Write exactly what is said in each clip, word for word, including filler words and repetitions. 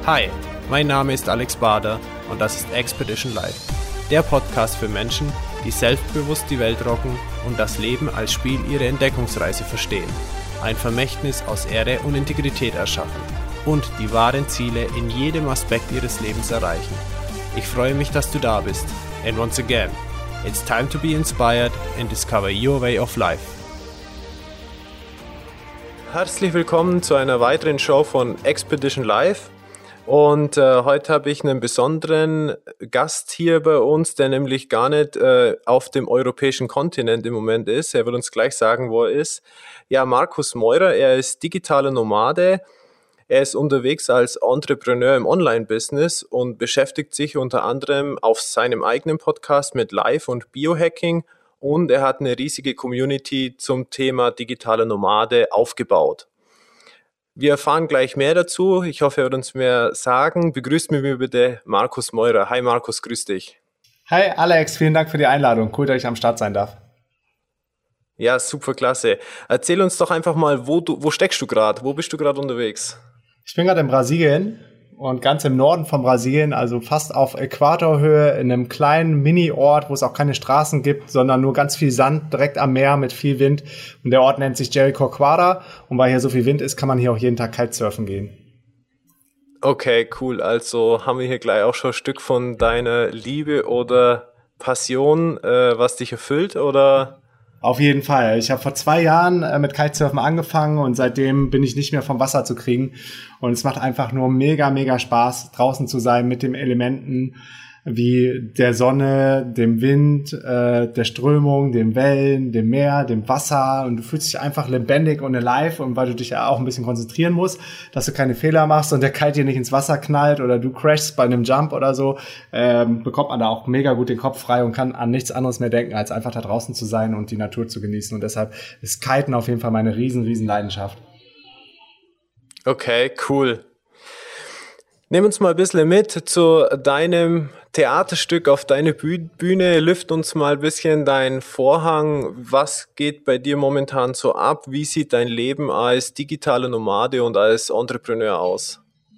Hi, mein Name ist Alex Bader und das ist Expedition Life, der Podcast für Menschen, die selbstbewusst die Welt rocken und das Leben als Spiel ihre Entdeckungsreise verstehen, ein Vermächtnis aus Ehre und Integrität erschaffen und die wahren Ziele in jedem Aspekt ihres Lebens erreichen. Ich freue mich, dass du da bist. And once again, it's time to be inspired and discover your way of life. Herzlich willkommen zu einer weiteren Show von Expedition Life. Und äh, heute habe ich einen besonderen Gast hier bei uns, der nämlich gar nicht äh, auf dem europäischen Kontinent im Moment ist. Er wird uns gleich sagen, wo er ist. Ja, Markus Meurer, er ist digitaler Nomade. Er ist unterwegs als Entrepreneur im Online-Business und beschäftigt sich unter anderem auf seinem eigenen Podcast mit Live- und Biohacking. Und er hat eine riesige Community zum Thema digitaler Nomade aufgebaut. Wir erfahren gleich mehr dazu. Ich hoffe, er wird uns mehr sagen. Begrüßt mich bitte Markus Meurer. Hi Markus, grüß dich. Hi Alex, vielen Dank für die Einladung. Cool, dass ich am Start sein darf. Ja, super klasse. Erzähl uns doch einfach mal, wo du, wo steckst du gerade? Wo bist du gerade unterwegs? Ich bin gerade in Brasilien und ganz im Norden von Brasilien, also fast auf Äquatorhöhe, in einem kleinen Mini-Ort, wo es auch keine Straßen gibt, sondern nur ganz viel Sand direkt am Meer mit viel Wind. Und der Ort nennt sich Jericoacoara. Und weil hier so viel Wind ist, kann man hier auch jeden Tag Kitesurfen gehen. Okay, cool. Also haben wir hier gleich auch schon ein Stück von deiner Liebe oder Passion, äh, was dich erfüllt, oder? Auf jeden Fall. Ich habe vor zwei Jahren äh, mit Kitesurfen angefangen und seitdem bin ich nicht mehr vom Wasser zu kriegen. Und es macht einfach nur mega, mega Spaß, draußen zu sein mit den Elementen wie der Sonne, dem Wind, äh, der Strömung, den Wellen, dem Meer, dem Wasser. Und du fühlst dich einfach lebendig und alive. Und weil du dich ja auch ein bisschen konzentrieren musst, dass du keine Fehler machst und der Kite dir nicht ins Wasser knallt oder du crashst bei einem Jump oder so, ähm, bekommt man da auch mega gut den Kopf frei und kann an nichts anderes mehr denken, als einfach da draußen zu sein und die Natur zu genießen. Und deshalb ist Kiten auf jeden Fall meine riesen, riesen Leidenschaft. Okay, cool. Nimm uns mal ein bisschen mit zu deinem Theaterstück auf deine Bühne. Lüft uns mal ein bisschen deinen Vorhang. Was geht bei dir momentan so ab? Wie sieht dein Leben als digitaler Nomade und als Entrepreneur aus?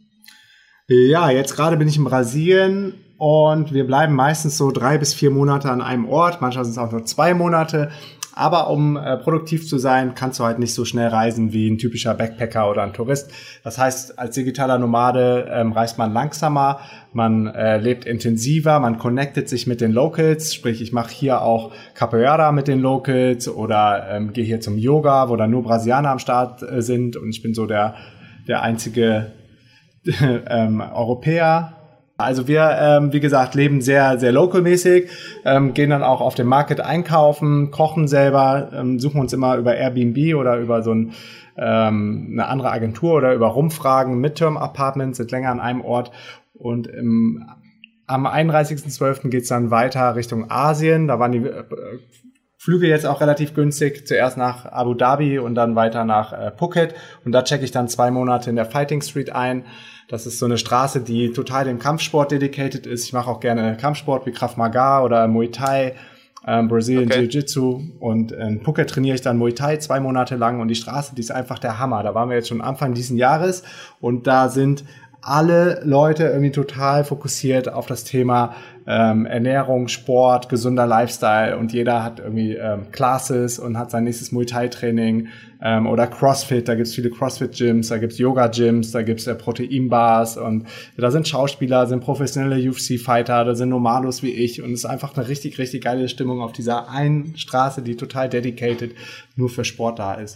Ja, jetzt gerade bin ich in Brasilien und wir bleiben meistens so drei bis vier Monate an einem Ort. Manchmal sind es auch nur zwei Monate. Aber um äh, produktiv zu sein, kannst du halt nicht so schnell reisen wie ein typischer Backpacker oder ein Tourist. Das heißt, als digitaler Nomade ähm, reist man langsamer, man äh, lebt intensiver, man connectet sich mit den Locals. Sprich, ich mache hier auch Capoeira mit den Locals oder ähm, gehe hier zum Yoga, wo dann nur Brasilianer am Start äh, sind. Und ich bin so der, der einzige ähm, Europäer. Also wir, ähm, wie gesagt, leben sehr, sehr local-mäßig, ähm, gehen dann auch auf dem Market einkaufen, kochen selber, ähm, suchen uns immer über Airbnb oder über so ein, ähm, eine andere Agentur oder über Rumfragen, Midterm-Apartments, sind länger an einem Ort. Und im, am einunddreißigsten zwölften geht's dann weiter Richtung Asien. Da waren die äh, Flüge jetzt auch relativ günstig. Zuerst nach Abu Dhabi und dann weiter nach äh, Phuket. Und da checke ich dann zwei Monate in der Fighting Street ein. Das ist so eine Straße, die total dem Kampfsport dedicated ist. Ich mache auch gerne Kampfsport wie Krav Maga oder Muay Thai, ähm, Brazilian okay. Jiu-Jitsu. Und in Phuket trainiere ich dann Muay Thai zwei Monate lang. Und die Straße, die ist einfach der Hammer. Da waren wir jetzt schon Anfang diesen Jahres. Und da sind alle Leute irgendwie total fokussiert auf das Thema ähm, Ernährung, Sport, gesunder Lifestyle, und jeder hat irgendwie ähm, Classes und hat sein nächstes Muay Thai Training ähm, oder CrossFit, da gibt's viele CrossFit Gyms, da gibt's Yoga Gyms, da gibt's äh, Proteinbars, und da sind Schauspieler, sind professionelle U F C Fighter, da sind Nomados wie ich, und es ist einfach eine richtig, richtig geile Stimmung auf dieser einen Straße, die total dedicated nur für Sport da ist.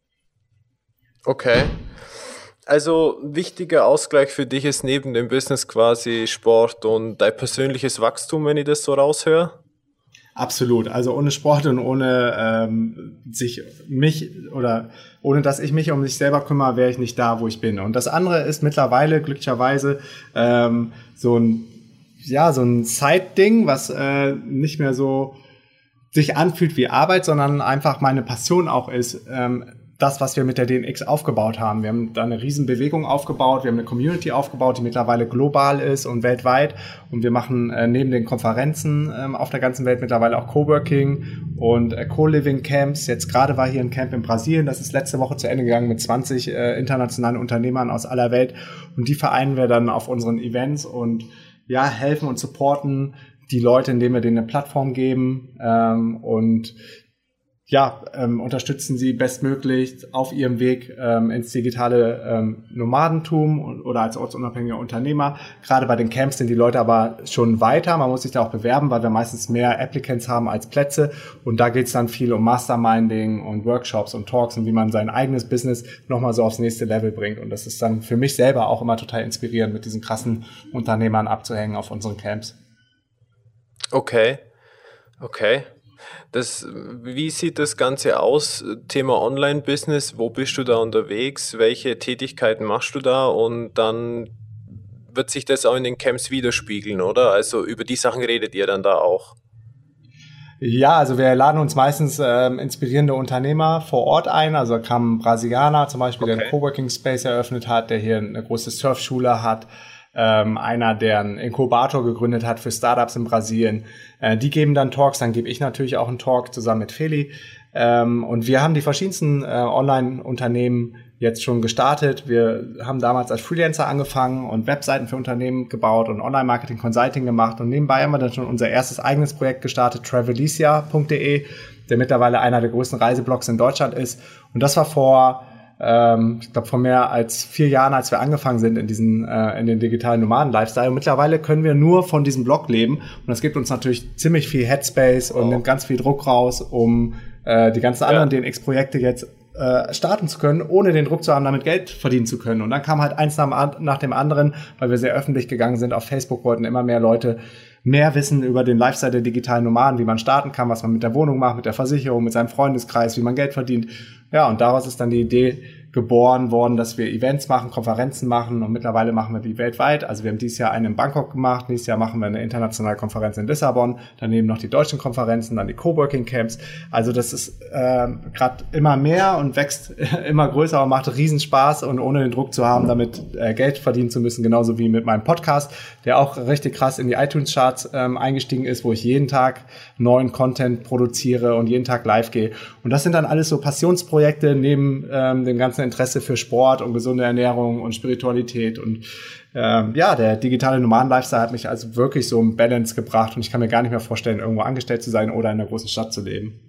Okay. Also wichtiger Ausgleich für dich ist neben dem Business quasi Sport und dein persönliches Wachstum, wenn ich das so raushöre? Absolut. Also ohne Sport und ohne ähm, sich mich oder ohne dass ich mich um mich selber kümmere, wäre ich nicht da, wo ich bin. Und das andere ist mittlerweile glücklicherweise ähm, so ein ja so ein Side-Ding, was äh, nicht mehr so sich anfühlt wie Arbeit, sondern einfach meine Passion auch ist. Ähm, das, was wir mit der D N X aufgebaut haben. Wir haben da eine riesen Bewegung aufgebaut, wir haben eine Community aufgebaut, die mittlerweile global ist und weltweit. Und wir machen äh, neben den Konferenzen ähm, auf der ganzen Welt mittlerweile auch Coworking und äh, Co-Living-Camps. Jetzt gerade war hier ein Camp in Brasilien, das ist letzte Woche zu Ende gegangen mit zwanzig äh, internationalen Unternehmern aus aller Welt. Und die vereinen wir dann auf unseren Events und ja, helfen und supporten die Leute, indem wir denen eine Plattform geben ähm, und ja, ähm, unterstützen sie bestmöglich auf ihrem Weg ähm, ins digitale ähm, Nomadentum oder als ortsunabhängiger Unternehmer. Gerade bei den Camps sind die Leute aber schon weiter. Man muss sich da auch bewerben, weil wir meistens mehr Applicants haben als Plätze. Und da geht's dann viel um Masterminding und Workshops und Talks und wie man sein eigenes Business nochmal so aufs nächste Level bringt. Und das ist dann für mich selber auch immer total inspirierend, mit diesen krassen Unternehmern abzuhängen auf unseren Camps. Okay, okay. Das, wie sieht das Ganze aus? Thema Online-Business, wo bist du da unterwegs? Welche Tätigkeiten machst du da? Und dann wird sich das auch in den Camps widerspiegeln, oder? Also über die Sachen redet ihr dann da auch? Ja, also wir laden uns meistens ähm, inspirierende Unternehmer vor Ort ein. Also kam ein Brasilianer zum Beispiel, okay, der einen Coworking Space eröffnet hat, der hier eine große Surfschule hat. Ähm, einer, der einen Inkubator gegründet hat für Startups in Brasilien. Äh, die geben dann Talks, dann gebe ich natürlich auch einen Talk zusammen mit Feli. Ähm, und wir haben die verschiedensten äh, Online-Unternehmen jetzt schon gestartet. Wir haben damals als Freelancer angefangen und Webseiten für Unternehmen gebaut und Online-Marketing-Consulting gemacht. Und nebenbei haben wir dann schon unser erstes eigenes Projekt gestartet, travelicia punkt de, der mittlerweile einer der größten Reiseblogs in Deutschland ist. Und das war vor Ähm, ich glaube, vor mehr als vier Jahren, als wir angefangen sind in diesen äh, in den digitalen Nomaden-Lifestyle. Und mittlerweile können wir nur von diesem Blog leben. Und das gibt uns natürlich ziemlich viel Headspace und oh. nimmt ganz viel Druck raus, um äh, die ganzen anderen ja. D N X-Projekte jetzt äh, starten zu können, ohne den Druck zu haben, damit Geld verdienen zu können. Und dann kam halt eins nach, nach dem anderen, weil wir sehr öffentlich gegangen sind. Auf Facebook wollten immer mehr Leute mehr wissen über den Lifestyle der digitalen Nomaden, wie man starten kann, was man mit der Wohnung macht, mit der Versicherung, mit seinem Freundeskreis, wie man Geld verdient. Ja, und daraus ist dann die Idee geboren worden, dass wir Events machen, Konferenzen machen und mittlerweile machen wir die weltweit. Also wir haben dieses Jahr eine in Bangkok gemacht, nächstes Jahr machen wir eine internationale Konferenz in Lissabon, daneben noch die deutschen Konferenzen, dann die Coworking Camps. Also das ist äh, gerade immer mehr und wächst immer größer und macht riesen Spaß und ohne den Druck zu haben, damit äh, Geld verdienen zu müssen, genauso wie mit meinem Podcast, der auch richtig krass in die iTunes-Charts ähm, eingestiegen ist, wo ich jeden Tag neuen Content produziere und jeden Tag live gehe. Und das sind dann alles so Passionsprojekte neben ähm, dem ganzen Interesse für Sport und gesunde Ernährung und Spiritualität. Und ähm, ja, der digitale Nomaden-Lifestyle hat mich also wirklich so im Balance gebracht und ich kann mir gar nicht mehr vorstellen, irgendwo angestellt zu sein oder in einer großen Stadt zu leben.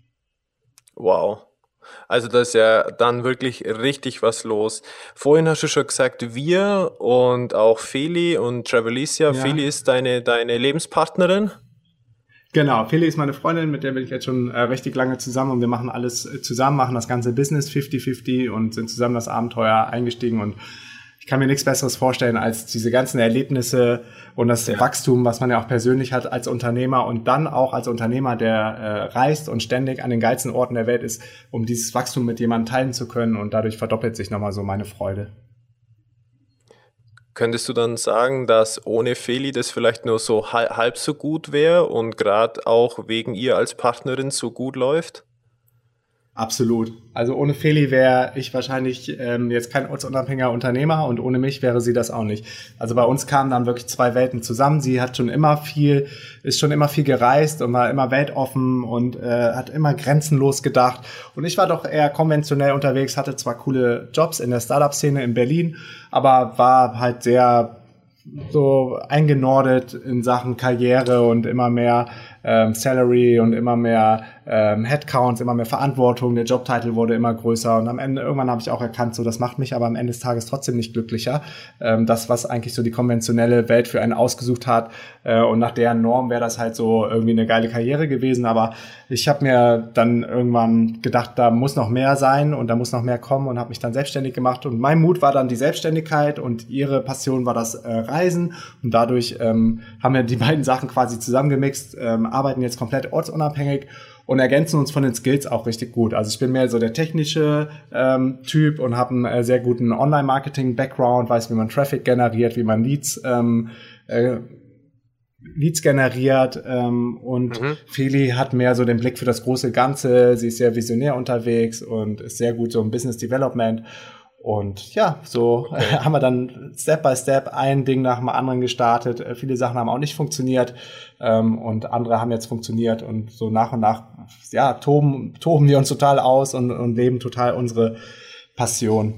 Wow. Also da ist ja dann wirklich richtig was los. Vorhin hast du schon gesagt, wir und auch Feli und Travelicia. Ja. Feli ist deine, deine Lebenspartnerin? Genau, Feli ist meine Freundin, mit der bin ich jetzt schon äh, richtig lange zusammen und wir machen alles äh, zusammen, machen das ganze Business fifty fifty und sind zusammen das Abenteuer eingestiegen und ich kann mir nichts Besseres vorstellen als diese ganzen Erlebnisse und das ja. Wachstum, was man ja auch persönlich hat als Unternehmer und dann auch als Unternehmer, der äh, reist und ständig an den geilsten Orten der Welt ist, um dieses Wachstum mit jemandem teilen zu können und dadurch verdoppelt sich nochmal so meine Freude. Könntest du dann sagen, dass ohne Feli das vielleicht nur so halb so gut wäre und gerade auch wegen ihr als Partnerin so gut läuft? Absolut. Also ohne Feli wäre ich wahrscheinlich ähm, jetzt kein ortsunabhängiger Unternehmer und ohne mich wäre sie das auch nicht. Also bei uns kamen dann wirklich zwei Welten zusammen. Sie hat schon immer viel, ist schon immer viel gereist und war immer weltoffen und äh, hat immer grenzenlos gedacht. Und ich war doch eher konventionell unterwegs, hatte zwar coole Jobs in der Startup-Szene in Berlin, aber war halt sehr so eingenordet in Sachen Karriere und immer mehr ähm, Salary und immer mehr ähm, Headcounts, immer mehr Verantwortung. Der Jobtitel wurde immer größer und am Ende irgendwann habe ich auch erkannt, so das macht mich aber am Ende des Tages trotzdem nicht glücklicher. Ähm, das, was eigentlich so die konventionelle Welt für einen ausgesucht hat äh, und nach deren Norm wäre das halt so irgendwie eine geile Karriere gewesen, aber ich habe mir dann irgendwann gedacht, da muss noch mehr sein und da muss noch mehr kommen und habe mich dann selbstständig gemacht und mein Mut war dann die Selbstständigkeit und ihre Passion war das äh, Reisen und dadurch ähm, haben wir die beiden Sachen quasi zusammengemixt, ähm, arbeiten jetzt komplett ortsunabhängig und ergänzen uns von den Skills auch richtig gut. Also ich bin mehr so der technische ähm, Typ und habe einen äh, sehr guten Online-Marketing-Background, weiß, wie man Traffic generiert, wie man Leads ähm, äh, Leads generiert ähm, und mhm. Feli hat mehr so den Blick für das große Ganze. Sie ist sehr visionär unterwegs und ist sehr gut so im Business Development. Und ja, so okay. haben wir dann Step by Step ein Ding nach dem anderen gestartet. Äh, viele Sachen haben auch nicht funktioniert ähm, und andere haben jetzt funktioniert. Und so nach und nach, ja, toben, toben wir uns total aus und, und leben total unsere Passion.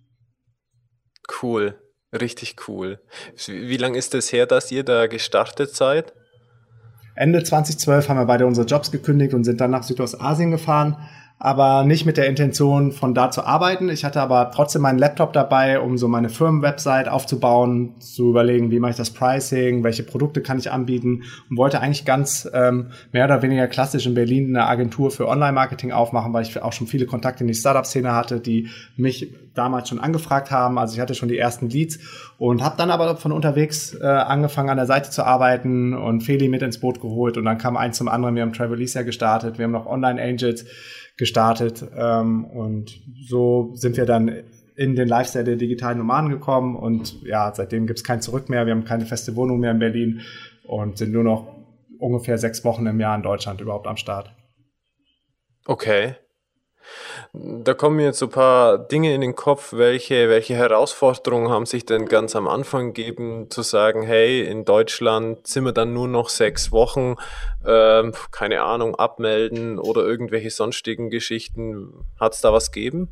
Cool, richtig cool. Wie, wie lange ist es her, dass ihr da gestartet seid? Ende zwanzig zwölf haben wir beide unsere Jobs gekündigt und sind dann nach Südostasien gefahren. Aber nicht mit der Intention, von da zu arbeiten. Ich hatte aber trotzdem meinen Laptop dabei, um so meine Firmenwebsite aufzubauen, zu überlegen, wie mache ich das Pricing, welche Produkte kann ich anbieten und wollte eigentlich ganz ähm, mehr oder weniger klassisch in Berlin eine Agentur für Online-Marketing aufmachen, weil ich auch schon viele Kontakte in die Startup-Szene hatte, die mich damals schon angefragt haben. Also ich hatte schon die ersten Leads und habe dann aber von unterwegs äh, angefangen, an der Seite zu arbeiten und Feli mit ins Boot geholt und dann kam eins zum anderen. Wir haben Travelisa gestartet, wir haben noch Online-Angels gestartet ähm, und so sind wir dann in den Lifestyle der digitalen Nomaden gekommen und ja, seitdem gibt's kein Zurück mehr. Wir haben keine feste Wohnung mehr in Berlin und sind nur noch ungefähr sechs Wochen im Jahr in Deutschland überhaupt am Start. Okay. Da kommen mir jetzt so ein paar Dinge in den Kopf. Welche, welche Herausforderungen haben sich denn ganz am Anfang gegeben, zu sagen, hey, in Deutschland sind wir dann nur noch sechs Wochen, ähm, keine Ahnung, abmelden oder irgendwelche sonstigen Geschichten. Hat es da was gegeben?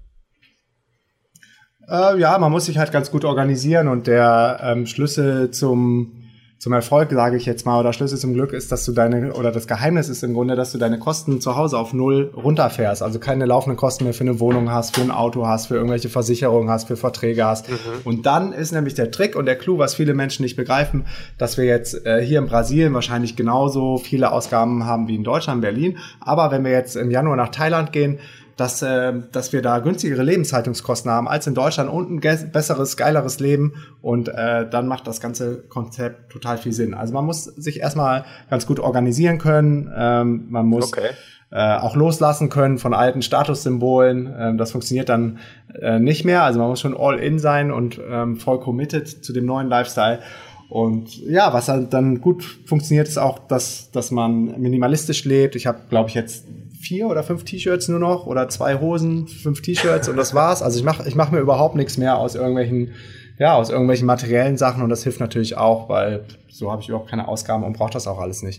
Äh, ja, man muss sich halt ganz gut organisieren und der ähm, Schlüssel zum zum Erfolg, sage ich jetzt mal, oder Schlüssel zum Glück ist, dass du deine, oder das Geheimnis ist im Grunde, dass du deine Kosten zu Hause auf null runterfährst. Also keine laufenden Kosten mehr für eine Wohnung hast, für ein Auto hast, für irgendwelche Versicherungen hast, für Verträge hast. Mhm. Und dann ist nämlich der Trick und der Clou, was viele Menschen nicht begreifen, dass wir jetzt äh, hier in Brasilien wahrscheinlich genauso viele Ausgaben haben wie in Deutschland, Berlin. Aber wenn wir jetzt im Januar nach Thailand gehen, dass, äh, dass wir da günstigere Lebenshaltungskosten haben als in Deutschland und ein ge- besseres, geileres Leben. Und äh, dann macht das ganze Konzept total viel Sinn. Also man muss sich erstmal ganz gut organisieren können. Ähm, man muss okay. äh, auch loslassen können von alten Statussymbolen. Ähm, das funktioniert dann äh, nicht mehr. Also man muss schon all in sein und ähm, voll committed zu dem neuen Lifestyle. Und ja, was halt dann gut funktioniert, ist auch, dass, dass man minimalistisch lebt. Ich habe, glaube ich, jetzt vier oder fünf T-Shirts nur noch oder zwei Hosen, fünf T-Shirts und das war's. Also ich mache ich mach mir überhaupt nichts mehr aus irgendwelchen, ja, aus irgendwelchen materiellen Sachen und das hilft natürlich auch, weil so habe ich überhaupt keine Ausgaben und brauche das auch alles nicht.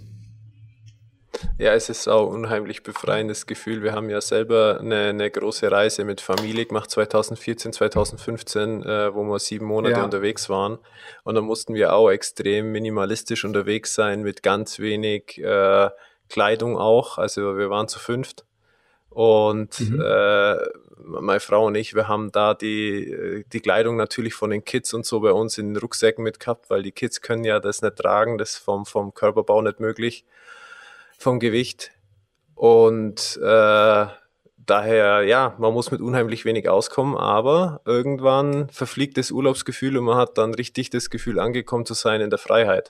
Ja, es ist auch ein unheimlich befreiendes Gefühl. Wir haben ja selber eine, eine große Reise mit Familie gemacht, zwanzig vierzehn, zwanzig fünfzehn, äh, wo wir sieben Monate ja. unterwegs waren. Und da mussten wir auch extrem minimalistisch unterwegs sein, mit ganz wenig äh, Kleidung auch. Also wir waren zu fünft. Und mhm. äh, meine Frau und ich, wir haben da die, die Kleidung natürlich von den Kids und so bei uns in den Rucksäcken mit gehabt, weil die Kids können ja das nicht tragen, das ist vom, vom Körperbau nicht möglich. Vom Gewicht und äh, daher, ja, man muss mit unheimlich wenig auskommen, aber irgendwann verfliegt das Urlaubsgefühl und man hat dann richtig das Gefühl, angekommen zu sein in der Freiheit.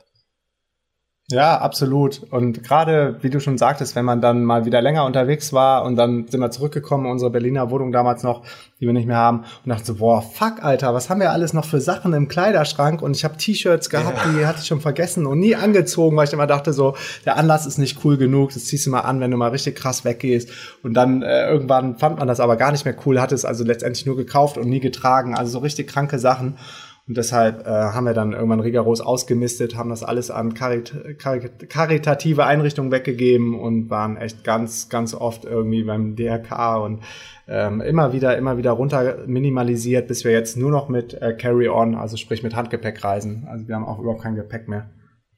Ja, absolut. Und gerade, wie du schon sagtest, wenn man dann mal wieder länger unterwegs war und dann sind wir zurückgekommen in unsere Berliner Wohnung damals noch, die wir nicht mehr haben und dachten so, boah, fuck, Alter, was haben wir alles noch für Sachen im Kleiderschrank? Und ich habe T-Shirts gehabt, ja. die hatte ich schon vergessen und nie angezogen, weil ich immer dachte so, der Anlass ist nicht cool genug, das ziehst du mal an, wenn du mal richtig krass weggehst. Und dann äh, irgendwann fand man das aber gar nicht mehr cool, hat es also letztendlich nur gekauft und nie getragen, also so richtig kranke Sachen. Und deshalb äh, haben wir dann irgendwann rigoros ausgemistet, haben das alles an karit- karit- karitative Einrichtungen weggegeben und waren echt ganz, ganz oft irgendwie beim D R K und ähm, immer wieder, immer wieder runter minimalisiert, bis wir jetzt nur noch mit äh, Carry-on, also sprich mit Handgepäck reisen. Also wir haben auch überhaupt kein Gepäck mehr.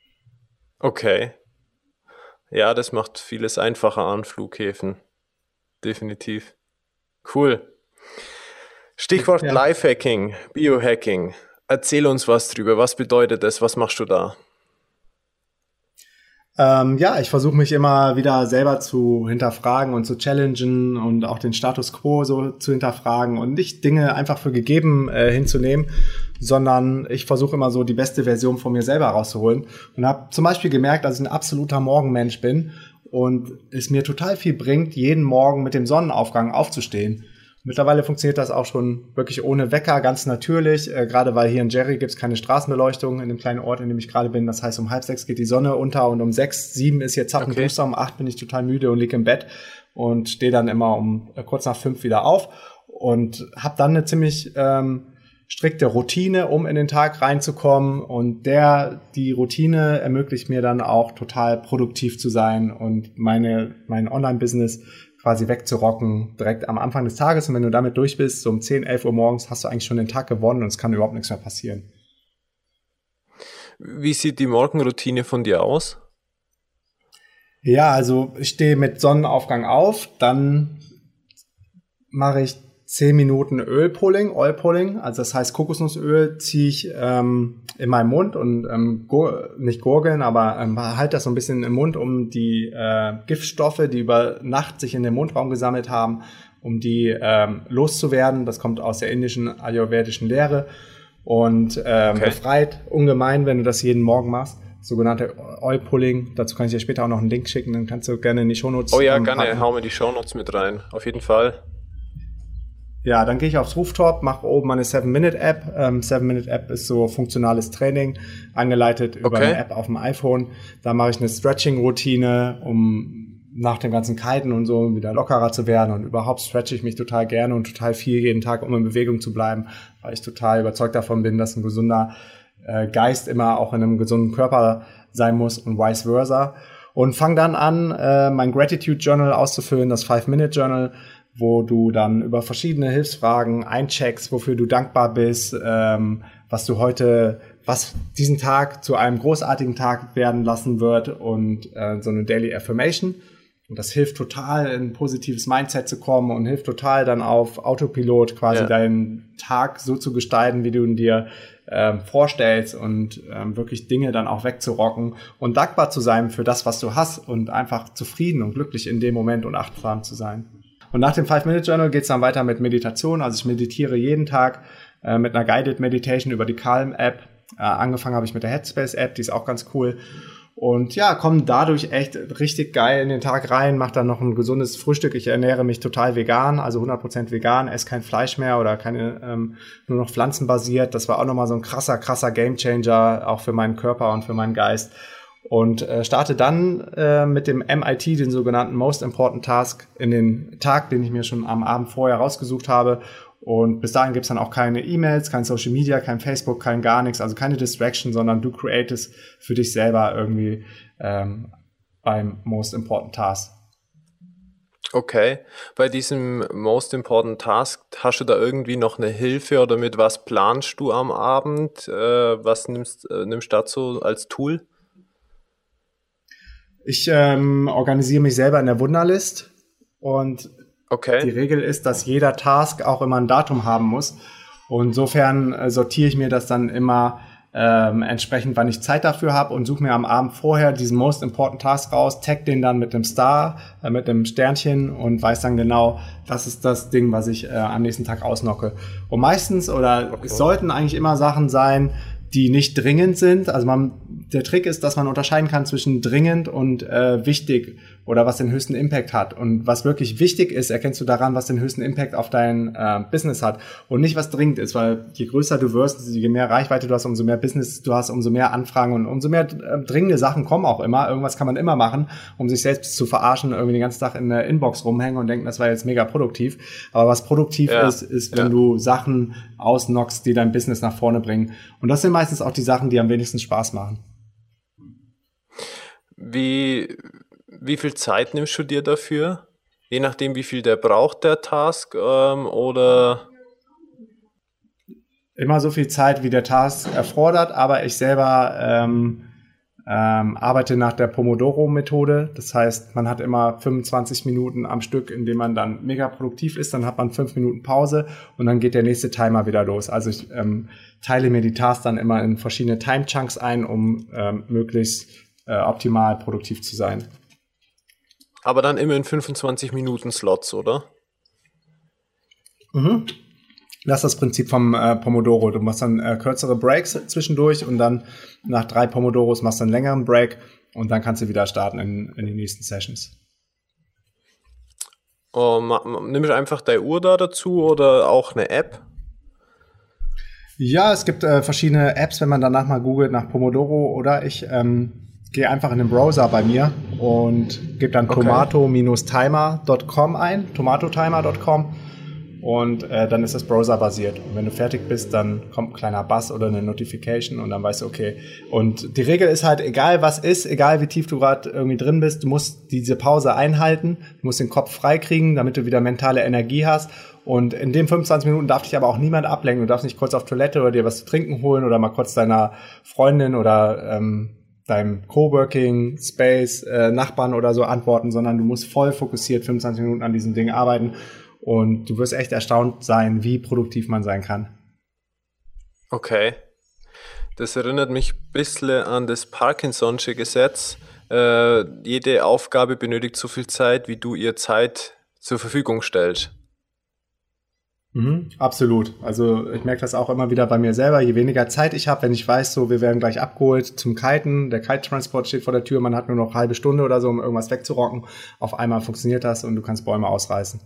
Okay. Ja, das macht vieles einfacher an Flughäfen. Definitiv. Cool. Stichwort ja. Lifehacking, Biohacking. Erzähl uns was drüber. Was bedeutet das? Was machst du da? Ähm, ja, ich versuche mich immer wieder selber zu hinterfragen und zu challengen und auch den Status quo so zu hinterfragen und nicht Dinge einfach für gegeben äh, hinzunehmen, sondern ich versuche immer so die beste Version von mir selber rauszuholen und habe zum Beispiel gemerkt, dass ich ein absoluter Morgenmensch bin und es mir total viel bringt, jeden Morgen mit dem Sonnenaufgang aufzustehen. Mittlerweile funktioniert das auch schon wirklich ohne Wecker, ganz natürlich, äh, gerade weil hier in Jerry gibt es keine Straßenbeleuchtung in dem kleinen Ort, in dem ich gerade bin. Das heißt, um halb sechs geht die Sonne unter und um sechs, sieben ist jetzt Zappenduster, okay. Um acht bin ich total müde und lieg im Bett und stehe dann immer um äh, kurz nach fünf wieder auf und habe dann eine ziemlich ähm, strikte Routine, um in den Tag reinzukommen, und der die Routine ermöglicht mir dann auch total produktiv zu sein und meine mein Online-Business quasi wegzurocken, direkt am Anfang des Tages. Und wenn du damit durch bist, so um zehn, elf Uhr morgens, hast du eigentlich schon den Tag gewonnen und es kann überhaupt nichts mehr passieren. Wie sieht die Morgenroutine von dir aus? Ja, also ich stehe mit Sonnenaufgang auf, dann mache ich zehn Minuten Ölpulling, Oilpulling, also das heißt Kokosnussöl ziehe ich ähm, in meinen Mund und ähm, gur- nicht gurgeln, aber ähm, halt das so ein bisschen im Mund, um die äh, Giftstoffe, die über Nacht sich in den Mundraum gesammelt haben, um die ähm, loszuwerden. Das kommt aus der indischen ayurvedischen Lehre und ähm, okay. befreit ungemein, wenn du das jeden Morgen machst. Sogenannte Oilpulling. Dazu kann ich dir später auch noch einen Link schicken, dann kannst du gerne in die Shownotes. Oh ja, gerne, packen. Hau mir die Shownotes mit rein, auf jeden Fall. Ja, dann gehe ich aufs Rooftop, mache oben meine seven minute App. Ähm, seven minute App ist so funktionales Training, angeleitet über okay. eine App auf dem iPhone. Da mache ich eine Stretching-Routine, um nach dem ganzen Kiten und so wieder lockerer zu werden. Und überhaupt stretche ich mich total gerne und total viel jeden Tag, um in Bewegung zu bleiben, weil ich total überzeugt davon bin, dass ein gesunder äh, Geist immer auch in einem gesunden Körper sein muss und vice versa. Und fange dann an, äh, mein Gratitude Journal auszufüllen, das five minute Journal, wo du dann über verschiedene Hilfsfragen eincheckst, wofür du dankbar bist, ähm, was du heute, was diesen Tag zu einem großartigen Tag werden lassen wird, und äh, so eine Daily Affirmation. Und das hilft total, in ein positives Mindset zu kommen und hilft total dann auf Autopilot quasi ja. deinen Tag so zu gestalten, wie du ihn dir ähm, vorstellst, und ähm, wirklich Dinge dann auch wegzurocken und dankbar zu sein für das, was du hast, und einfach zufrieden und glücklich in dem Moment und achtsam zu sein. Und nach dem five minute Journal geht's dann weiter mit Meditation. Also ich meditiere jeden Tag äh, mit einer Guided Meditation über die Calm-App. Äh, angefangen habe ich mit der Headspace-App, die ist auch ganz cool. Und ja, komme dadurch echt richtig geil in den Tag rein, mache dann noch ein gesundes Frühstück. Ich ernähre mich total vegan, also hundert Prozent vegan, esse kein Fleisch mehr oder keine ähm, nur noch pflanzenbasiert. Das war auch nochmal so ein krasser, krasser Gamechanger, auch für meinen Körper und für meinen Geist. Und äh, starte dann äh, mit dem M I T, den sogenannten Most Important Task, in den Tag, den ich mir schon am Abend vorher rausgesucht habe. Und bis dahin gibt's dann auch keine E-Mails, kein Social Media, kein Facebook, kein gar nichts, also keine Distraction, sondern du createst für dich selber irgendwie ähm, beim Most Important Task. Okay, bei diesem Most Important Task, hast du da irgendwie noch eine Hilfe oder mit was planst du am Abend? Äh, was nimmst, äh, nimmst du dazu als Tool? Ich ähm, organisiere mich selber in der Wunderlist, und okay. die Regel ist, dass jeder Task auch immer ein Datum haben muss. Und insofern äh, sortiere ich mir das dann immer ähm, entsprechend, wann ich Zeit dafür habe, und suche mir am Abend vorher diesen Most Important Task raus, tag den dann mit dem Star, äh, mit dem Sternchen, und weiß dann genau, das ist das Ding, was ich äh, am nächsten Tag ausnocke. Und meistens, oder okay. es sollten eigentlich immer Sachen sein, die nicht dringend sind. Also man, der Trick ist, dass man unterscheiden kann zwischen dringend und äh, wichtig, oder was den höchsten Impact hat. Und was wirklich wichtig ist, erkennst du daran, was den höchsten Impact auf dein äh, Business hat, und nicht, was dringend ist, weil je größer du wirst, je mehr Reichweite du hast, umso mehr Business du hast, umso mehr Anfragen und umso mehr äh, dringende Sachen kommen auch immer. Irgendwas kann man immer machen, um sich selbst zu verarschen, irgendwie den ganzen Tag in der Inbox rumhängen und denken, das war jetzt mega produktiv. Aber was produktiv ja. ist, ist, wenn ja. du Sachen ausnockst, die dein Business nach vorne bringen. Und das sind meistens auch die Sachen, die am wenigsten Spaß machen. Wie, wie viel Zeit nimmst du dir dafür? Je nachdem, wie viel der braucht, der Task, ähm, oder? Immer so viel Zeit, wie der Task erfordert, aber ich selber ähm, ähm, arbeite nach der Pomodoro-Methode. Das heißt, man hat immer fünfundzwanzig Minuten am Stück, in dem man dann mega produktiv ist. Dann hat man fünf Minuten Pause und dann geht der nächste Timer wieder los. Also ich ähm, teile mir die Tasks dann immer in verschiedene Time-Chunks ein, um ähm, möglichst äh, optimal produktiv zu sein. Aber dann immer in fünfundzwanzig Minuten Slots, oder? Mhm. Das ist das Prinzip vom äh, Pomodoro. Du machst dann äh, kürzere Breaks zwischendurch, und dann nach drei Pomodoros machst du einen längeren Break, und dann kannst du wieder starten in, in die nächsten Sessions. Oh, ma- ma- nimmst du einfach deine Uhr da dazu oder auch eine App? Ja, es gibt äh, verschiedene Apps, wenn man danach mal googelt nach Pomodoro, oder ich ähm, gehe einfach in den Browser bei mir und gebe dann Okay. tomato Timer Punkt com ein, tomato timer Punkt com, und äh, dann ist das browserbasiert. Und wenn du fertig bist, dann kommt ein kleiner Buzz oder eine Notification und dann weißt du, okay. Und die Regel ist halt, egal was ist, egal wie tief du gerade irgendwie drin bist, du musst diese Pause einhalten, du musst den Kopf freikriegen, damit du wieder mentale Energie hast. Und in den fünfundzwanzig Minuten darf dich aber auch niemand ablenken. Du darfst nicht kurz auf Toilette oder dir was zu trinken holen oder mal kurz deiner Freundin oder ähm, deinem Coworking Space, äh, Nachbarn oder so antworten, sondern du musst voll fokussiert fünfundzwanzig Minuten an diesem Ding arbeiten. Und du wirst echt erstaunt sein, wie produktiv man sein kann. Okay. Das erinnert mich ein bisschen an das Parkinson'sche Gesetz. Äh, jede Aufgabe benötigt so viel Zeit, wie du ihr Zeit zur Verfügung stellst. Mhm, absolut. Also ich merke das auch immer wieder bei mir selber. Je weniger Zeit ich habe, wenn ich weiß, so wir werden gleich abgeholt zum Kiten, der Kite-Transport steht vor der Tür, man hat nur noch eine halbe Stunde oder so, um irgendwas wegzurocken. Auf einmal funktioniert das und du kannst Bäume ausreißen.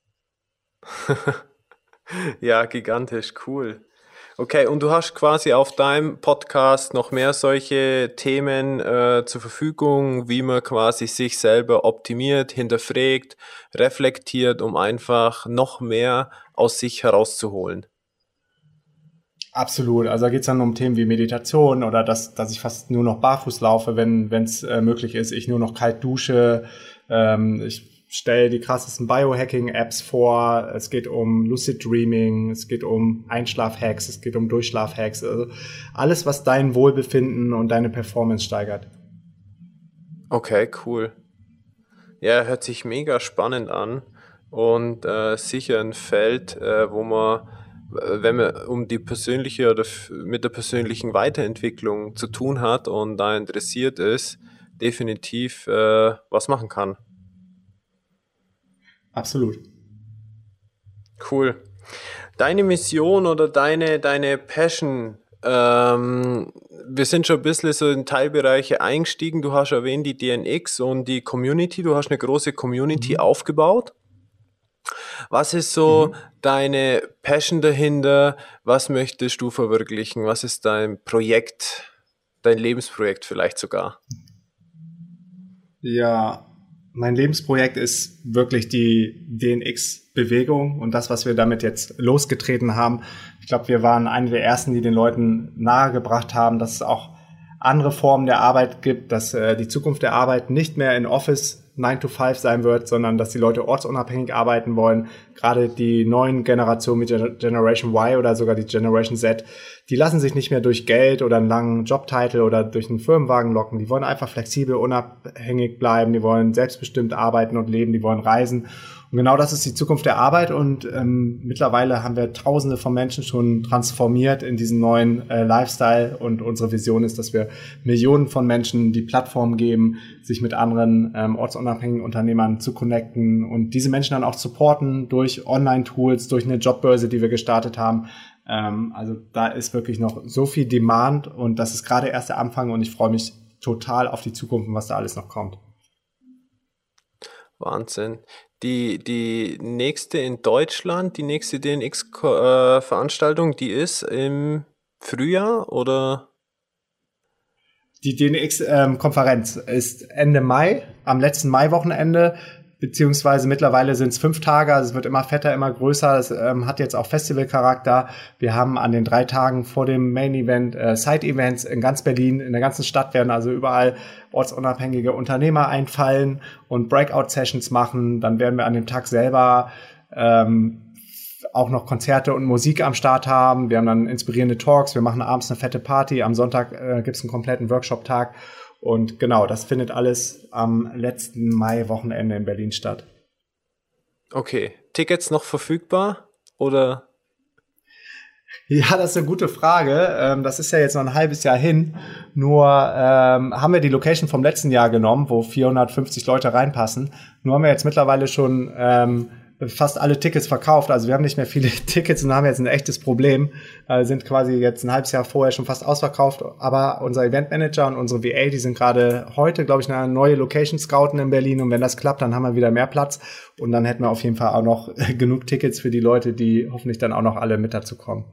Ja, gigantisch, cool. Okay, und du hast quasi auf deinem Podcast noch mehr solche Themen äh, zur Verfügung, wie man quasi sich selber optimiert, hinterfragt, reflektiert, um einfach noch mehr aus sich herauszuholen. Absolut. Also da geht's dann um Themen wie Meditation oder dass, dass ich fast nur noch barfuß laufe, wenn es äh, möglich ist. Ich nur noch kalt dusche. Ähm, ich stelle die krassesten Biohacking-Apps vor. Es geht um Lucid Dreaming, es geht um Einschlaf-Hacks, es geht um Durchschlaf-Hacks. Also alles, was dein Wohlbefinden und deine Performance steigert. Okay, cool. Ja, hört sich mega spannend an und äh, sicher ein Feld, äh, wo man, äh, wenn man um die persönliche oder f- mit der persönlichen Weiterentwicklung zu tun hat und da interessiert ist, definitiv äh, was machen kann. Absolut. Cool. Deine Mission oder deine, deine Passion, ähm, wir sind schon ein bisschen so in Teilbereiche eingestiegen. Du hast erwähnt die D N X und die Community. Du hast eine große Community Mhm. aufgebaut. Was ist so Mhm. deine Passion dahinter? Was möchtest du verwirklichen? Was ist dein Projekt, dein Lebensprojekt vielleicht sogar? Ja, mein Lebensprojekt ist wirklich die D N X-Bewegung und das, was wir damit jetzt losgetreten haben. Ich glaube, wir waren eine der ersten, die den Leuten nahegebracht haben, dass es auch andere Formen der Arbeit gibt, dass äh, die Zukunft der Arbeit nicht mehr in Office nine to five sein wird, sondern dass die Leute ortsunabhängig arbeiten wollen. Gerade die neuen Generationen wie Gen- Generation Y oder sogar die Generation Z, die lassen sich nicht mehr durch Geld oder einen langen Jobtitel oder durch einen Firmenwagen locken. Die wollen einfach flexibel, unabhängig bleiben, die wollen selbstbestimmt arbeiten und leben, die wollen reisen. Und genau das ist die Zukunft der Arbeit und ähm, mittlerweile haben wir Tausende von Menschen schon transformiert in diesen neuen äh, Lifestyle und unsere Vision ist, dass wir Millionen von Menschen die Plattform geben, sich mit anderen ähm, ortsunabhängigen Unternehmern zu connecten und diese Menschen dann auch supporten durch Online-Tools, durch eine Jobbörse, die wir gestartet haben. Ähm, also da ist wirklich noch so viel Demand und das ist gerade erst der Anfang und ich freue mich total auf die Zukunft und was da alles noch kommt. Wahnsinn. Die, die nächste in Deutschland, die nächste D N X-Veranstaltung, die ist im Frühjahr oder? Die D N X-Konferenz ist Ende Mai, am letzten Mai-Wochenende, beziehungsweise mittlerweile sind es fünf Tage, also es wird immer fetter, immer größer, es ähm, hat jetzt auch Festivalcharakter. Wir haben an den drei Tagen vor dem Main-Event äh, Side-Events in ganz Berlin, in der ganzen Stadt werden also überall ortsunabhängige Unternehmer einfallen und Breakout-Sessions machen. Dann werden wir an dem Tag selber ähm, auch noch Konzerte und Musik am Start haben. Wir haben dann inspirierende Talks, wir machen abends eine fette Party, am Sonntag äh, gibt es einen kompletten Workshop-Tag. Und genau, das findet alles am letzten Mai-Wochenende in Berlin statt. Okay. Tickets noch verfügbar oder? Ja, das ist eine gute Frage. Ähm, das ist ja jetzt noch ein halbes Jahr hin. Nur ähm, haben wir die Location vom letzten Jahr genommen, wo vierhundertfünfzig Leute reinpassen. Nur haben wir jetzt mittlerweile schon ähm, fast alle Tickets verkauft. Also wir haben nicht mehr viele Tickets und haben jetzt ein echtes Problem. Äh, sind quasi jetzt ein halbes Jahr vorher schon fast ausverkauft. Aber unser Eventmanager und unsere V A, die sind gerade heute, glaube ich, eine neue Location scouten in Berlin. Und wenn das klappt, dann haben wir wieder mehr Platz. Und dann hätten wir auf jeden Fall auch noch genug Tickets für die Leute, die hoffentlich dann auch noch alle mit dazu kommen.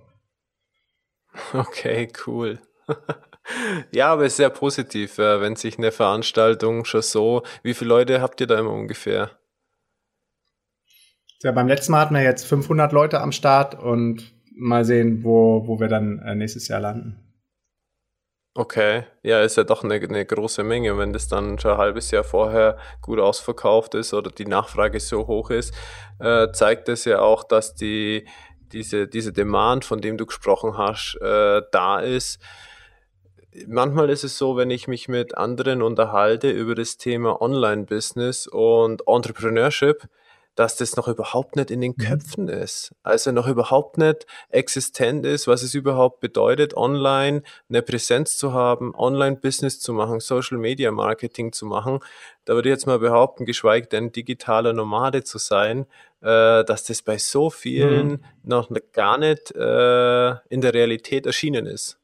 Okay, cool. Ja, aber es ist sehr positiv, äh, wenn sich eine Veranstaltung schon so, wie viele Leute habt ihr da immer ungefähr? Ja, beim letzten Mal hatten wir jetzt fünfhundert Leute am Start und mal sehen, wo, wo wir dann äh, nächstes Jahr landen. Okay, ja, ist ja doch eine, eine große Menge. Wenn das dann schon ein halbes Jahr vorher gut ausverkauft ist oder die Nachfrage so hoch ist, äh, zeigt das ja auch, dass die, diese, diese Demand, von dem du gesprochen hast, äh, da ist. Manchmal ist es so, wenn ich mich mit anderen unterhalte über das Thema Online-Business und Entrepreneurship, dass das noch überhaupt nicht in den Mhm. Köpfen ist. Also noch überhaupt nicht existent ist, was es überhaupt bedeutet, online eine Präsenz zu haben, Online-Business zu machen, Social-Media-Marketing zu machen. Da würde ich jetzt mal behaupten, geschweige denn digitaler Nomade zu sein, äh, dass das bei so Mhm. vielen noch gar nicht äh, in der Realität erschienen ist.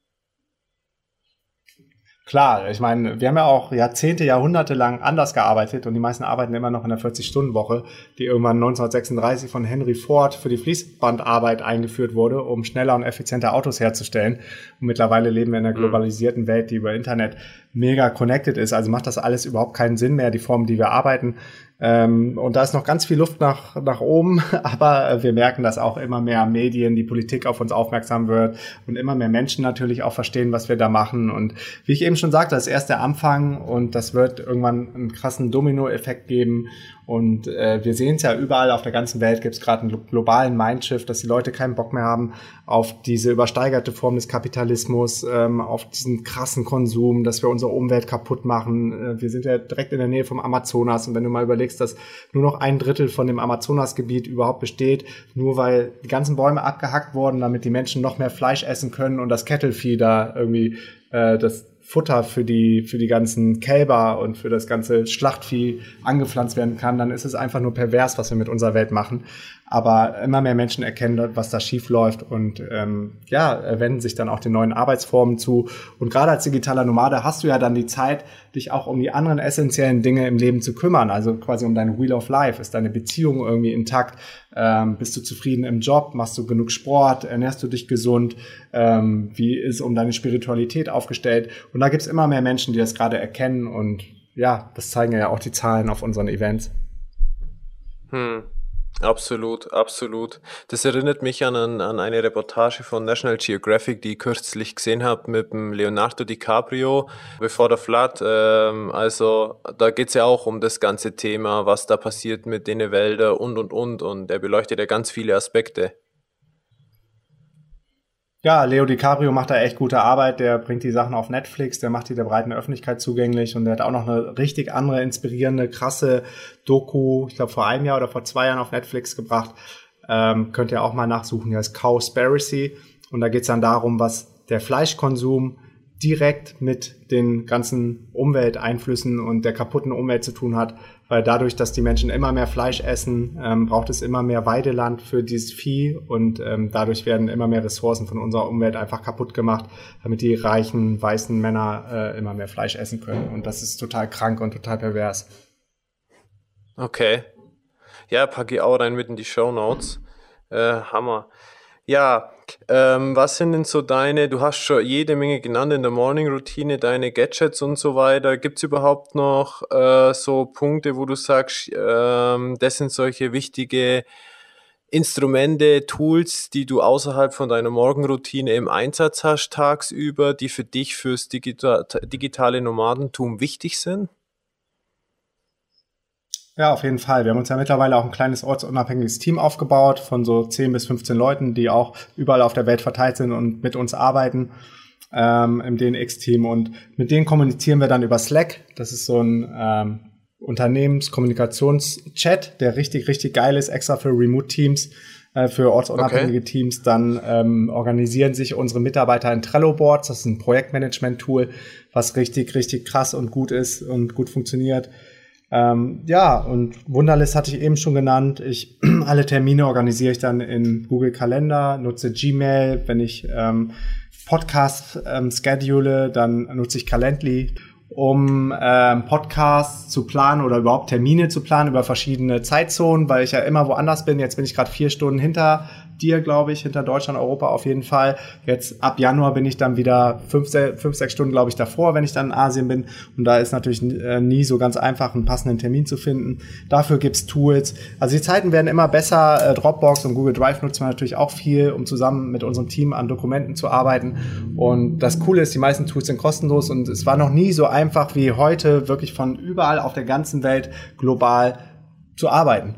Klar, ich meine, wir haben ja auch Jahrzehnte, Jahrhunderte lang anders gearbeitet und die meisten arbeiten immer noch in der vierzig-Stunden-Woche, die irgendwann neunzehnhundertsechsunddreißig von Henry Ford für die Fließbandarbeit eingeführt wurde, um schneller und effizienter Autos herzustellen. Und mittlerweile leben wir in einer Hm. globalisierten Welt, die über Internet mega connected ist. Also macht das alles überhaupt keinen Sinn mehr, die Form, die wir arbeiten. Ähm, und da ist noch ganz viel Luft nach, nach oben, aber äh, wir merken, dass auch immer mehr Medien, die Politik auf uns aufmerksam wird und immer mehr Menschen natürlich auch verstehen, was wir da machen. Und wie ich eben schon sagte, das ist erst der Anfang und das wird irgendwann einen krassen Dominoeffekt geben. Und äh, wir sehen es ja überall auf der ganzen Welt, gibt es gerade einen globalen Mindshift, dass die Leute keinen Bock mehr haben auf diese übersteigerte Form des Kapitalismus, ähm, auf diesen krassen Konsum, dass wir unsere Umwelt kaputt machen. Äh, wir sind ja direkt in der Nähe vom Amazonas und wenn du mal überlegst, dass nur noch ein Drittel von dem Amazonasgebiet überhaupt besteht, nur weil die ganzen Bäume abgehackt wurden, damit die Menschen noch mehr Fleisch essen können und das Kettelvieh da irgendwie äh, das Futter für die, für die ganzen Kälber und für das ganze Schlachtvieh angepflanzt werden kann, dann ist es einfach nur pervers, was wir mit unserer Welt machen. Aber immer mehr Menschen erkennen, was da schief läuft und ähm, ja, wenden sich dann auch den neuen Arbeitsformen zu. Und gerade als digitaler Nomade hast du ja dann die Zeit, dich auch um die anderen essentiellen Dinge im Leben zu kümmern. Also quasi um deine Wheel of Life. Ist deine Beziehung irgendwie intakt? Ähm, bist du zufrieden im Job? Machst du genug Sport? Ernährst du dich gesund? Ähm, wie ist um deine Spiritualität aufgestellt? Und da gibt's immer mehr Menschen, die das gerade erkennen. Und ja, das zeigen ja auch die Zahlen auf unseren Events. Hm. Absolut, absolut. Das erinnert mich an, an, an eine Reportage von National Geographic, die ich kürzlich gesehen habe mit dem Leonardo DiCaprio, Before the Flood. Ähm, also da geht's ja auch um das ganze Thema, was da passiert mit den Wäldern und und und. Und er beleuchtet ja ganz viele Aspekte. Ja, Leo DiCaprio macht da echt gute Arbeit. Der bringt die Sachen auf Netflix, der macht die der breiten Öffentlichkeit zugänglich und der hat auch noch eine richtig andere, inspirierende, krasse Doku, ich glaube vor einem Jahr oder vor zwei Jahren auf Netflix gebracht. Ähm, könnt ihr auch mal nachsuchen, die heißt Cowspiracy. Und da geht's dann darum, was der Fleischkonsum direkt mit den ganzen Umwelteinflüssen und der kaputten Umwelt zu tun hat, weil dadurch, dass die Menschen immer mehr Fleisch essen, ähm, braucht es immer mehr Weideland für dieses Vieh und ähm, dadurch werden immer mehr Ressourcen von unserer Umwelt einfach kaputt gemacht, damit die reichen, weißen Männer äh, immer mehr Fleisch essen können und das ist total krank und total pervers. Okay. Ja, packe ich auch rein mit in die Shownotes. Äh, Hammer. Ja, ähm, was sind denn so deine, du hast schon jede Menge genannt in der Morning-Routine, deine Gadgets und so weiter. Gibt es überhaupt noch äh, so Punkte, wo du sagst, ähm, das sind solche wichtige Instrumente, Tools, die du außerhalb von deiner Morgenroutine im Einsatz hast tagsüber, die für dich fürs Digita digitale Nomadentum wichtig sind? Ja, auf jeden Fall. Wir haben uns ja mittlerweile auch ein kleines ortsunabhängiges Team aufgebaut von so zehn bis fünfzehn Leuten, die auch überall auf der Welt verteilt sind und mit uns arbeiten ähm, im D N X-Team. Und mit denen kommunizieren wir dann über Slack. Das ist so ein ähm, Unternehmenskommunikationschat, der richtig, richtig geil ist, extra für Remote-Teams, äh, für Okay. ortsunabhängige Teams. Dann ähm, organisieren sich unsere Mitarbeiter in Trello-Boards. Das ist ein Projektmanagement-Tool, was richtig, richtig krass und gut ist und gut funktioniert. Ähm, ja, und Wunderlist hatte ich eben schon genannt. Ich, alle Termine organisiere ich dann in Google Kalender, nutze Gmail. Wenn ich ähm, Podcast ähm, schedule, dann nutze ich Calendly, um ähm, Podcasts zu planen oder überhaupt Termine zu planen über verschiedene Zeitzonen, weil ich ja immer woanders bin. Jetzt bin ich gerade vier Stunden hinter dir, glaube ich, hinter Deutschland, Europa auf jeden Fall. Jetzt ab Januar bin ich dann wieder fünf, fünf sechs Stunden, glaube ich, davor, wenn ich dann in Asien bin. Und da ist natürlich äh, nie so ganz einfach, einen passenden Termin zu finden. Dafür gibt's Tools. Also die Zeiten werden immer besser. Äh, Dropbox und Google Drive nutzen wir natürlich auch viel, um zusammen mit unserem Team an Dokumenten zu arbeiten. Und das Coole ist, die meisten Tools sind kostenlos und es war noch nie so einfach wie heute, wirklich von überall auf der ganzen Welt global zu arbeiten.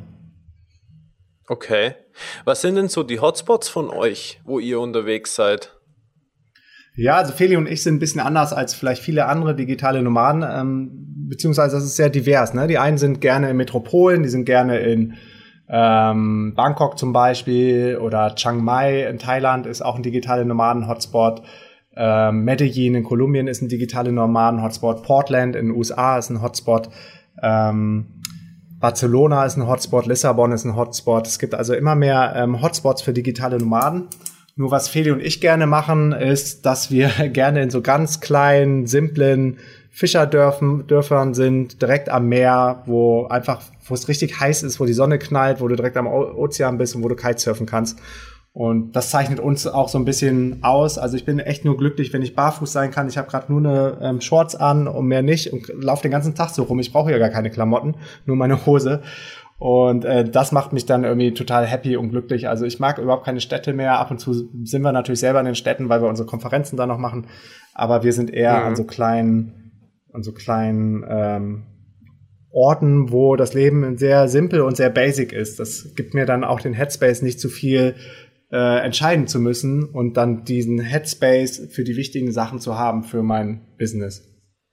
Okay. Was sind denn so die Hotspots von euch, wo ihr unterwegs seid? Ja, also Feli und ich sind ein bisschen anders als vielleicht viele andere digitale Nomaden, ähm, beziehungsweise das ist sehr divers. Ne? Die einen sind gerne in Metropolen, die sind gerne in ähm, Bangkok zum Beispiel oder Chiang Mai in Thailand ist auch ein digitaler Nomaden-Hotspot. Ähm, Medellin in Kolumbien ist ein digitaler Nomaden-Hotspot. Portland in den U S A ist ein Hotspot. Ähm, Barcelona ist ein Hotspot, Lissabon ist ein Hotspot. Es gibt also immer mehr ähm, Hotspots für digitale Nomaden. Nur was Feli und ich gerne machen, ist, dass wir gerne in so ganz kleinen, simplen Fischerdörfern Dörfern sind, direkt am Meer, wo einfach, wo es richtig heiß ist, wo die Sonne knallt, wo du direkt am o- Ozean bist und wo du Kitesurfen kannst. Und das zeichnet uns auch so ein bisschen aus. Also ich bin echt nur glücklich, wenn ich barfuß sein kann. Ich habe gerade nur eine ähm, Shorts an und mehr nicht und laufe den ganzen Tag so rum. Ich brauche ja gar keine Klamotten, nur meine Hose. Und äh, das macht mich dann irgendwie total happy und glücklich. Also ich mag überhaupt keine Städte mehr. Ab und zu sind wir natürlich selber in den Städten, weil wir unsere Konferenzen da noch machen. Aber wir sind eher mhm. an so kleinen, an so kleinen ähm, Orten, wo das Leben sehr simpel und sehr basic ist. Das gibt mir dann auch den Headspace, nicht zu viel Äh, entscheiden zu müssen und dann diesen Headspace für die wichtigen Sachen zu haben für mein Business.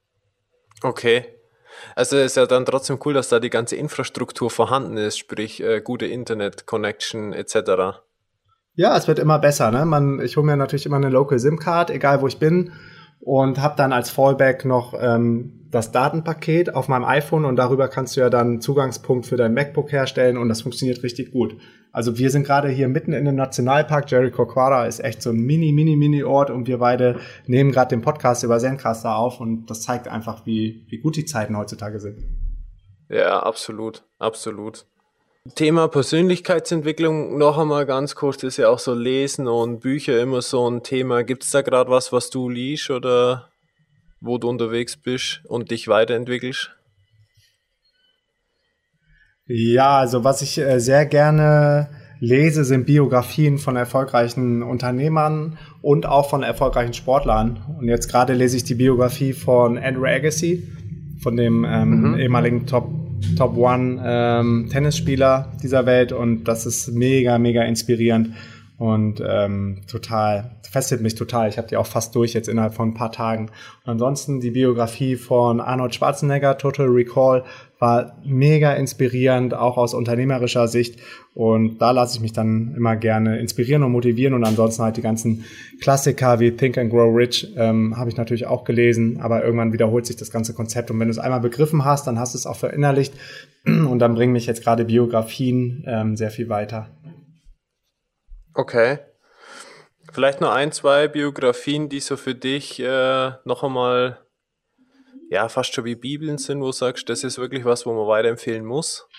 Okay. Also ist ja dann trotzdem cool, dass da die ganze Infrastruktur vorhanden ist, sprich äh, gute Internet-Connection et cetera. Ja, es wird immer besser. Ne? Man, ich hole mir natürlich immer eine Local SIM-Card, egal wo ich bin, und habe dann als Fallback noch ähm, das Datenpaket auf meinem iPhone und darüber kannst du ja dann einen Zugangspunkt für dein MacBook herstellen und das funktioniert richtig gut. Also wir sind gerade hier mitten in einem Nationalpark. Jericoacoara ist echt so ein mini, mini, mini Ort und wir beide nehmen gerade den Podcast über Zencaster auf und das zeigt einfach, wie, wie gut die Zeiten heutzutage sind. Ja, absolut, absolut. Thema Persönlichkeitsentwicklung noch einmal ganz kurz, ist ja auch so Lesen und Bücher immer so ein Thema. Gibt es da gerade was, was du liest oder wo du unterwegs bist und dich weiterentwickelst? Ja, also was ich äh, sehr gerne lese, sind Biografien von erfolgreichen Unternehmern und auch von erfolgreichen Sportlern. Und jetzt gerade lese ich die Biografie von Andrew Agassi, von dem ähm, mhm. ehemaligen Top Top One ähm, Tennisspieler dieser Welt und das ist mega, mega inspirierend und ähm, total, fesselt mich total. Ich habe die auch fast durch jetzt innerhalb von ein paar Tagen. Und ansonsten die Biografie von Arnold Schwarzenegger, Total Recall, war mega inspirierend, auch aus unternehmerischer Sicht. Und da lasse ich mich dann immer gerne inspirieren und motivieren. Und ansonsten halt die ganzen Klassiker wie Think and Grow Rich ähm, habe ich natürlich auch gelesen. Aber irgendwann wiederholt sich das ganze Konzept. Und wenn du es einmal begriffen hast, dann hast du es auch verinnerlicht. Und dann bringen mich jetzt gerade Biografien ähm, sehr viel weiter. Okay. Vielleicht noch ein, zwei Biografien, die so für dich äh, noch einmal ja, fast schon wie Bibeln sind, wo du sagst, das ist wirklich was, wo man weiterempfehlen muss?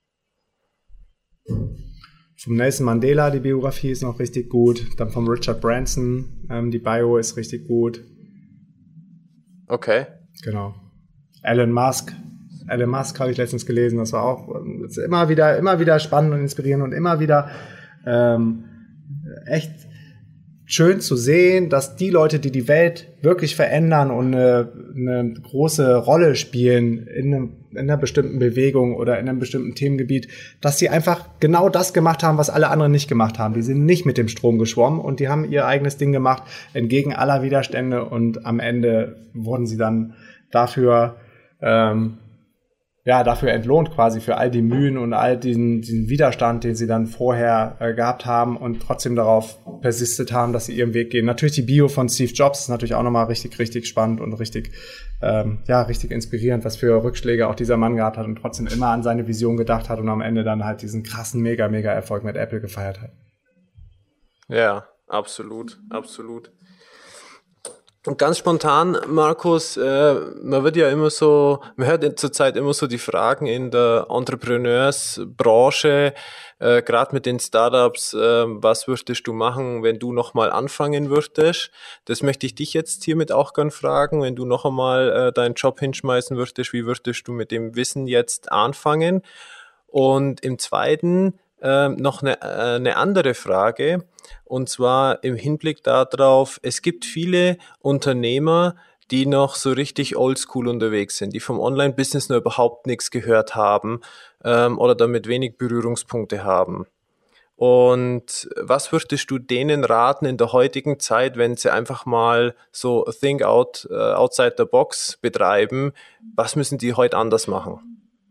Vom Nelson Mandela, die Biografie ist noch richtig gut. Dann vom Richard Branson, ähm, die Bio ist richtig gut. Okay. Genau. Elon Musk. Elon Musk habe ich letztens gelesen, das war auch das ist immer wieder, immer wieder spannend und inspirierend und immer wieder ähm, echt schön zu sehen, dass die Leute, die die Welt wirklich verändern und eine, eine große Rolle spielen in, einem, in einer bestimmten Bewegung oder in einem bestimmten Themengebiet, dass sie einfach genau das gemacht haben, was alle anderen nicht gemacht haben. Die sind nicht mit dem Strom geschwommen und die haben ihr eigenes Ding gemacht, entgegen aller Widerstände und am Ende wurden sie dann dafür ähm, ja, dafür entlohnt quasi für all die Mühen und all diesen, diesen Widerstand, den sie dann vorher äh, gehabt haben und trotzdem darauf persistet haben, dass sie ihren Weg gehen. Natürlich die Bio von Steve Jobs ist natürlich auch nochmal richtig, richtig spannend und richtig, ähm, ja, richtig inspirierend, was für Rückschläge auch dieser Mann gehabt hat und trotzdem immer an seine Vision gedacht hat und am Ende dann halt diesen krassen, mega, mega Erfolg mit Apple gefeiert hat. Ja, absolut, absolut. Und ganz spontan, Markus, äh, man wird ja immer so, man hört zurzeit immer so die Fragen in der Entrepreneursbranche, äh, gerade mit den Startups, äh, was würdest du machen, wenn du nochmal anfangen würdest? Das möchte ich dich jetzt hiermit auch gern fragen, wenn du noch einmal äh, deinen Job hinschmeißen würdest, wie würdest du mit dem Wissen jetzt anfangen? Und im Zweiten äh, noch eine, äh, eine andere Frage. Und zwar im Hinblick darauf, es gibt viele Unternehmer, die noch so richtig oldschool unterwegs sind, die vom Online-Business nur überhaupt nichts gehört haben ähm, oder damit wenig Berührungspunkte haben. Und was würdest du denen raten in der heutigen Zeit, wenn sie einfach mal so think out, uh, outside the box betreiben? Was müssen die heute anders machen?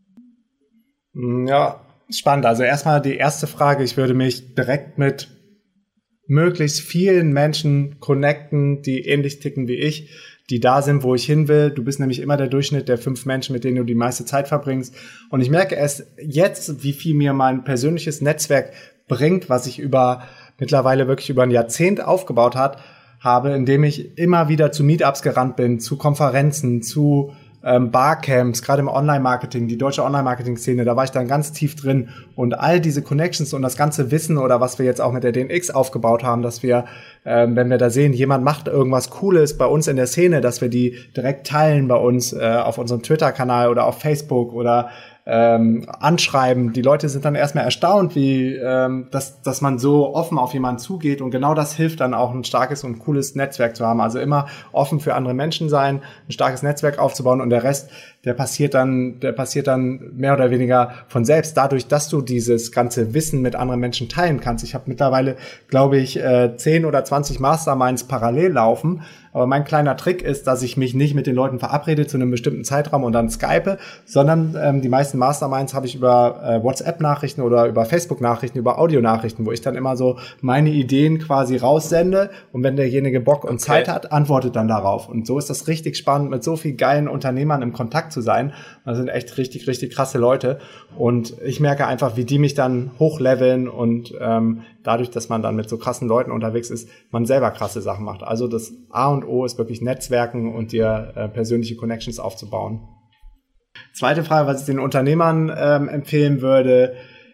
Ja, spannend. Also erstmal die erste Frage. Ich würde mich direkt mit möglichst vielen Menschen connecten, die ähnlich ticken wie ich, die da sind, wo ich hin will. Du bist nämlich immer der Durchschnitt der fünf Menschen, mit denen du die meiste Zeit verbringst. Und ich merke erst jetzt, wie viel mir mein persönliches Netzwerk bringt, was ich über mittlerweile wirklich über ein Jahrzehnt aufgebaut hat, habe, indem ich immer wieder zu Meetups gerannt bin, zu Konferenzen, zu ähm, Barcamps, gerade im Online-Marketing, die deutsche Online-Marketing-Szene, da war ich dann ganz tief drin. Und all diese Connections und das ganze Wissen oder was wir jetzt auch mit der D N X aufgebaut haben, dass wir, ähm, wenn wir da sehen, jemand macht irgendwas Cooles bei uns in der Szene, dass wir die direkt teilen bei uns äh, auf unserem Twitter-Kanal oder auf Facebook oder ähm, anschreiben. Die Leute sind dann erstmal erstaunt, wie ähm, dass, dass man so offen auf jemanden zugeht, und genau das hilft dann auch, ein starkes und cooles Netzwerk zu haben. Also immer offen für andere Menschen sein, ein starkes Netzwerk aufzubauen, und der Rest, der passiert dann, der passiert dann mehr oder weniger von selbst, dadurch, dass du dieses ganze Wissen mit anderen Menschen teilen kannst. Ich habe mittlerweile, glaube ich, äh, zehn oder zwanzig Masterminds parallel laufen. Aber mein kleiner Trick ist, dass ich mich nicht mit den Leuten verabrede zu einem bestimmten Zeitraum und dann skype, sondern ähm, die meisten Masterminds habe ich über äh, WhatsApp-Nachrichten oder über Facebook-Nachrichten, über Audio-Nachrichten, wo ich dann immer so meine Ideen quasi raussende, und wenn derjenige Bock und okay. Zeit hat, antwortet dann darauf. Und so ist das richtig spannend, mit so vielen geilen Unternehmern im Kontakt zu sein. Das sind echt richtig, richtig krasse Leute, und ich merke einfach, wie die mich dann hochleveln, und ähm, dadurch, dass man dann mit so krassen Leuten unterwegs ist, man selber krasse Sachen macht. Also das A und O ist wirklich Netzwerken und dir äh, persönliche Connections aufzubauen. Zweite Frage, was ich den Unternehmern ähm, empfehlen würde,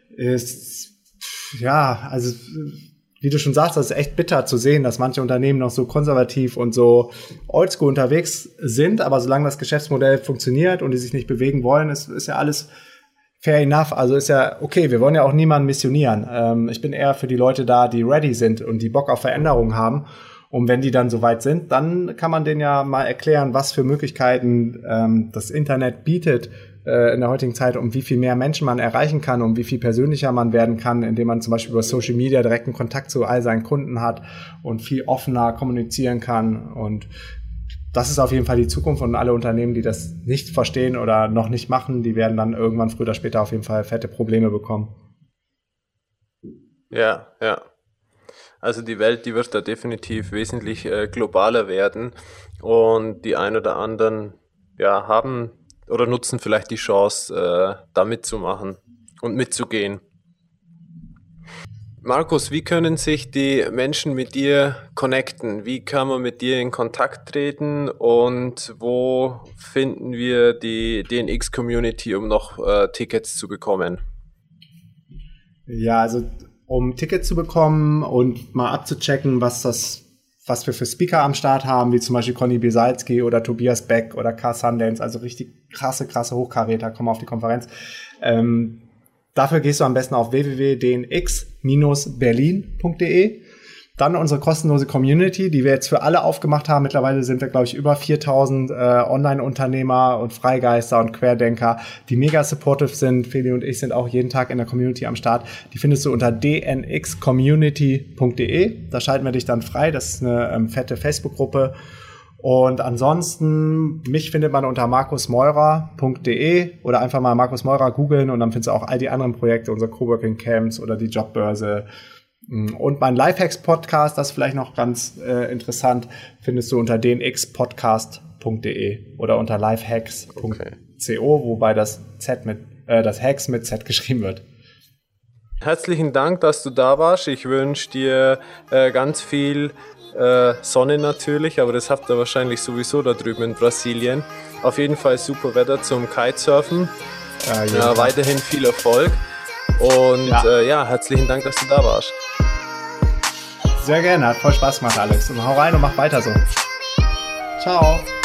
ist, ja, also wie du schon sagst, das ist echt bitter zu sehen, dass manche Unternehmen noch so konservativ und so oldschool unterwegs sind, aber solange das Geschäftsmodell funktioniert und die sich nicht bewegen wollen, ist, ist ja alles fair enough. Also ist ja okay, wir wollen ja auch niemanden missionieren. Ähm, ich bin eher für die Leute da, die ready sind und die Bock auf Veränderungen haben. Und wenn die dann soweit sind, dann kann man denen ja mal erklären, was für Möglichkeiten ähm, das Internet bietet äh, in der heutigen Zeit, um wie viel mehr Menschen man erreichen kann, um wie viel persönlicher man werden kann, indem man zum Beispiel über Social Media direkten Kontakt zu all seinen Kunden hat und viel offener kommunizieren kann. Und das ist auf jeden Fall die Zukunft, und alle Unternehmen, die das nicht verstehen oder noch nicht machen, die werden dann irgendwann früher oder später auf jeden Fall fette Probleme bekommen. Ja, ja. Also die Welt, die wird da definitiv wesentlich äh, globaler werden, und die ein oder anderen ja haben oder nutzen vielleicht die Chance, äh, da mitzumachen und mitzugehen. Markus, wie können sich die Menschen mit dir connecten? Wie kann man mit dir in Kontakt treten, und wo finden wir die D N X-Community, um noch äh, Tickets zu bekommen? Ja, also um Tickets zu bekommen und mal abzuchecken, was das, was wir für Speaker am Start haben, wie zum Beispiel Conny Besalski oder Tobias Beck oder Carl Sundance, also richtig krasse, krasse Hochkaräter kommen auf die Konferenz. Ähm, dafür gehst du am besten auf w w w punkt d n x Bindestrich berlin punkt d e. Dann unsere kostenlose Community, die wir jetzt für alle aufgemacht haben. Mittlerweile sind wir, glaube ich, über viertausend äh, Online-Unternehmer und Freigeister und Querdenker, die mega supportive sind. Feli und ich sind auch jeden Tag in der Community am Start. Die findest du unter d n x community punkt d e. Da schalten wir dich dann frei. Das ist eine ähm, fette Facebook-Gruppe. Und ansonsten, mich findet man unter markus meurer punkt de oder einfach mal Markus Meurer googeln und dann findest du auch all die anderen Projekte, unsere Coworking Camps oder die Jobbörse. Und mein Lifehacks-Podcast, das ist vielleicht noch ganz äh, interessant, findest du unter d n x podcast punkt de oder unter lifehacks punkt co, okay. wobei das Z mit, äh, das Hacks mit Z geschrieben wird. Herzlichen Dank, dass du da warst. Ich wünsche dir äh, ganz viel äh, Sonne natürlich, aber das habt ihr wahrscheinlich sowieso da drüben in Brasilien. Auf jeden Fall super Wetter zum Kitesurfen. Ja, ja, weiterhin viel Erfolg und ja. Äh, ja, herzlichen Dank, dass du da warst. Sehr gerne, hat voll Spaß gemacht, Alex. Und hau rein und mach weiter so. Ciao.